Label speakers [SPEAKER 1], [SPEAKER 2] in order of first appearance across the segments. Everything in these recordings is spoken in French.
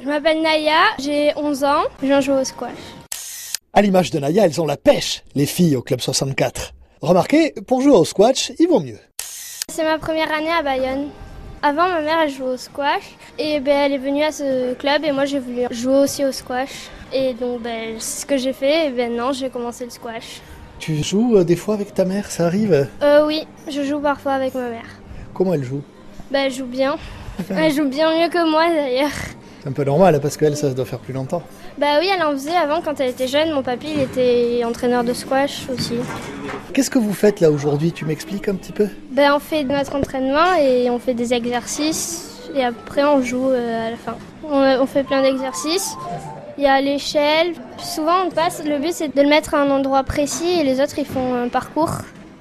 [SPEAKER 1] m'appelle Naya, j'ai 11 ans, je viens jouer au squash.
[SPEAKER 2] À l'image de Naya, elles ont la pêche, les filles au Club 64. Remarquez, pour jouer au squash, il vaut mieux.
[SPEAKER 1] C'est ma première année à Bayonne. Avant, ma mère elle jouait au squash et elle est venue à ce club et moi j'ai voulu jouer aussi au squash. Et donc c'est ce que j'ai fait et maintenant j'ai commencé le squash.
[SPEAKER 2] Tu joues des fois avec ta mère, ça arrive?
[SPEAKER 1] Oui, je joue parfois avec ma mère.
[SPEAKER 2] Comment elle joue?
[SPEAKER 1] Elle joue bien. Elle joue bien mieux que moi d'ailleurs.
[SPEAKER 2] C'est un peu normal parce qu'elle, ça doit faire plus longtemps.
[SPEAKER 1] Oui, elle en faisait avant quand elle était jeune. Mon papy, il était entraîneur de squash aussi.
[SPEAKER 2] Qu'est-ce que vous faites là aujourd'hui? Tu m'expliques un petit peu?
[SPEAKER 1] On fait notre entraînement et on fait des exercices et après on joue à la fin. On fait plein d'exercices. Il y a l'échelle. Souvent on passe, le but c'est de le mettre à un endroit précis et les autres ils font un parcours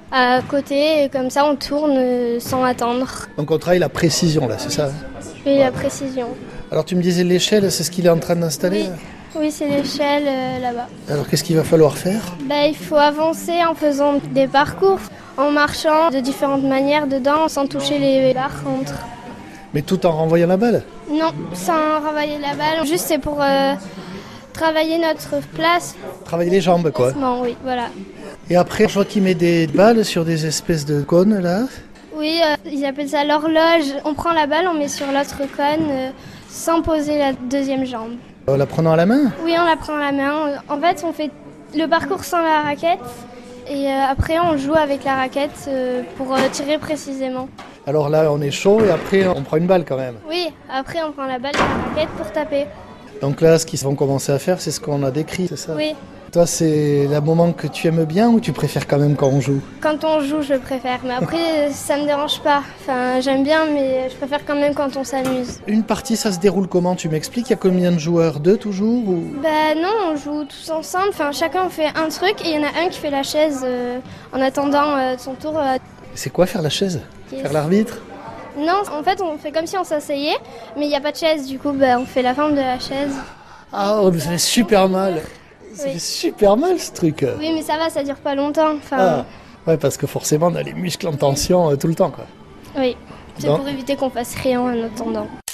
[SPEAKER 1] à côté et comme ça on tourne sans attendre.
[SPEAKER 2] Donc on travaille la précision là, c'est ça?
[SPEAKER 1] Oui, la précision.
[SPEAKER 2] Alors tu me disais l'échelle, c'est ce qu'il est en train d'installer?
[SPEAKER 1] Oui, c'est l'échelle là-bas.
[SPEAKER 2] Alors qu'est-ce qu'il va falloir faire?
[SPEAKER 1] Il faut avancer en faisant des parcours, en marchant de différentes manières dedans sans toucher les barres entre.
[SPEAKER 2] Mais tout en renvoyant la balle?
[SPEAKER 1] Non, sans renvoyer la balle, juste c'est pour travailler notre place.
[SPEAKER 2] Travailler les jambes quoi?
[SPEAKER 1] Oui, voilà.
[SPEAKER 2] Et après, je vois qu'il met des balles sur des espèces de cônes là.
[SPEAKER 1] Oui, ils appellent ça l'horloge. On prend la balle, on met sur l'autre cône sans poser la deuxième jambe.
[SPEAKER 2] En la prenant à la main?
[SPEAKER 1] Oui, on la prend à la main. En fait, on fait le parcours sans la raquette et après on joue avec la raquette pour tirer précisément.
[SPEAKER 2] Alors là, on est chaud et après, on prend une balle quand même.
[SPEAKER 1] Oui, après on prend la balle et la raquette pour taper.
[SPEAKER 2] Donc là, ce qu'ils vont commencer à faire, c'est ce qu'on a décrit, c'est ça?
[SPEAKER 1] Oui.
[SPEAKER 2] Toi, c'est le moment que tu aimes bien ou tu préfères quand même quand on joue?
[SPEAKER 1] Quand on joue, je préfère. Mais après, ça me dérange pas. Enfin, j'aime bien, mais je préfère quand même quand on s'amuse.
[SPEAKER 2] Une partie, ça se déroule comment? Tu m'expliques? Il y a combien de joueurs? 2 toujours ou...
[SPEAKER 1] Non, on joue tous ensemble. Enfin, chacun fait un truc et il y en a un qui fait la chaise en attendant son tour.
[SPEAKER 2] C'est quoi faire la chaise? Faire l'arbitre?
[SPEAKER 1] Non, en fait, on fait comme si on s'asseyait, mais il n'y a pas de chaise. Du coup, on fait la forme de la chaise.
[SPEAKER 2] Ah, oh, ça fait super mal. Ça fait super mal ce truc.
[SPEAKER 1] Oui, mais ça va, ça dure pas longtemps. Enfin...
[SPEAKER 2] Ouais, parce que forcément, on a les muscles en tension tout le temps, quoi.
[SPEAKER 1] Oui, c'est pour éviter qu'on fasse rien en attendant.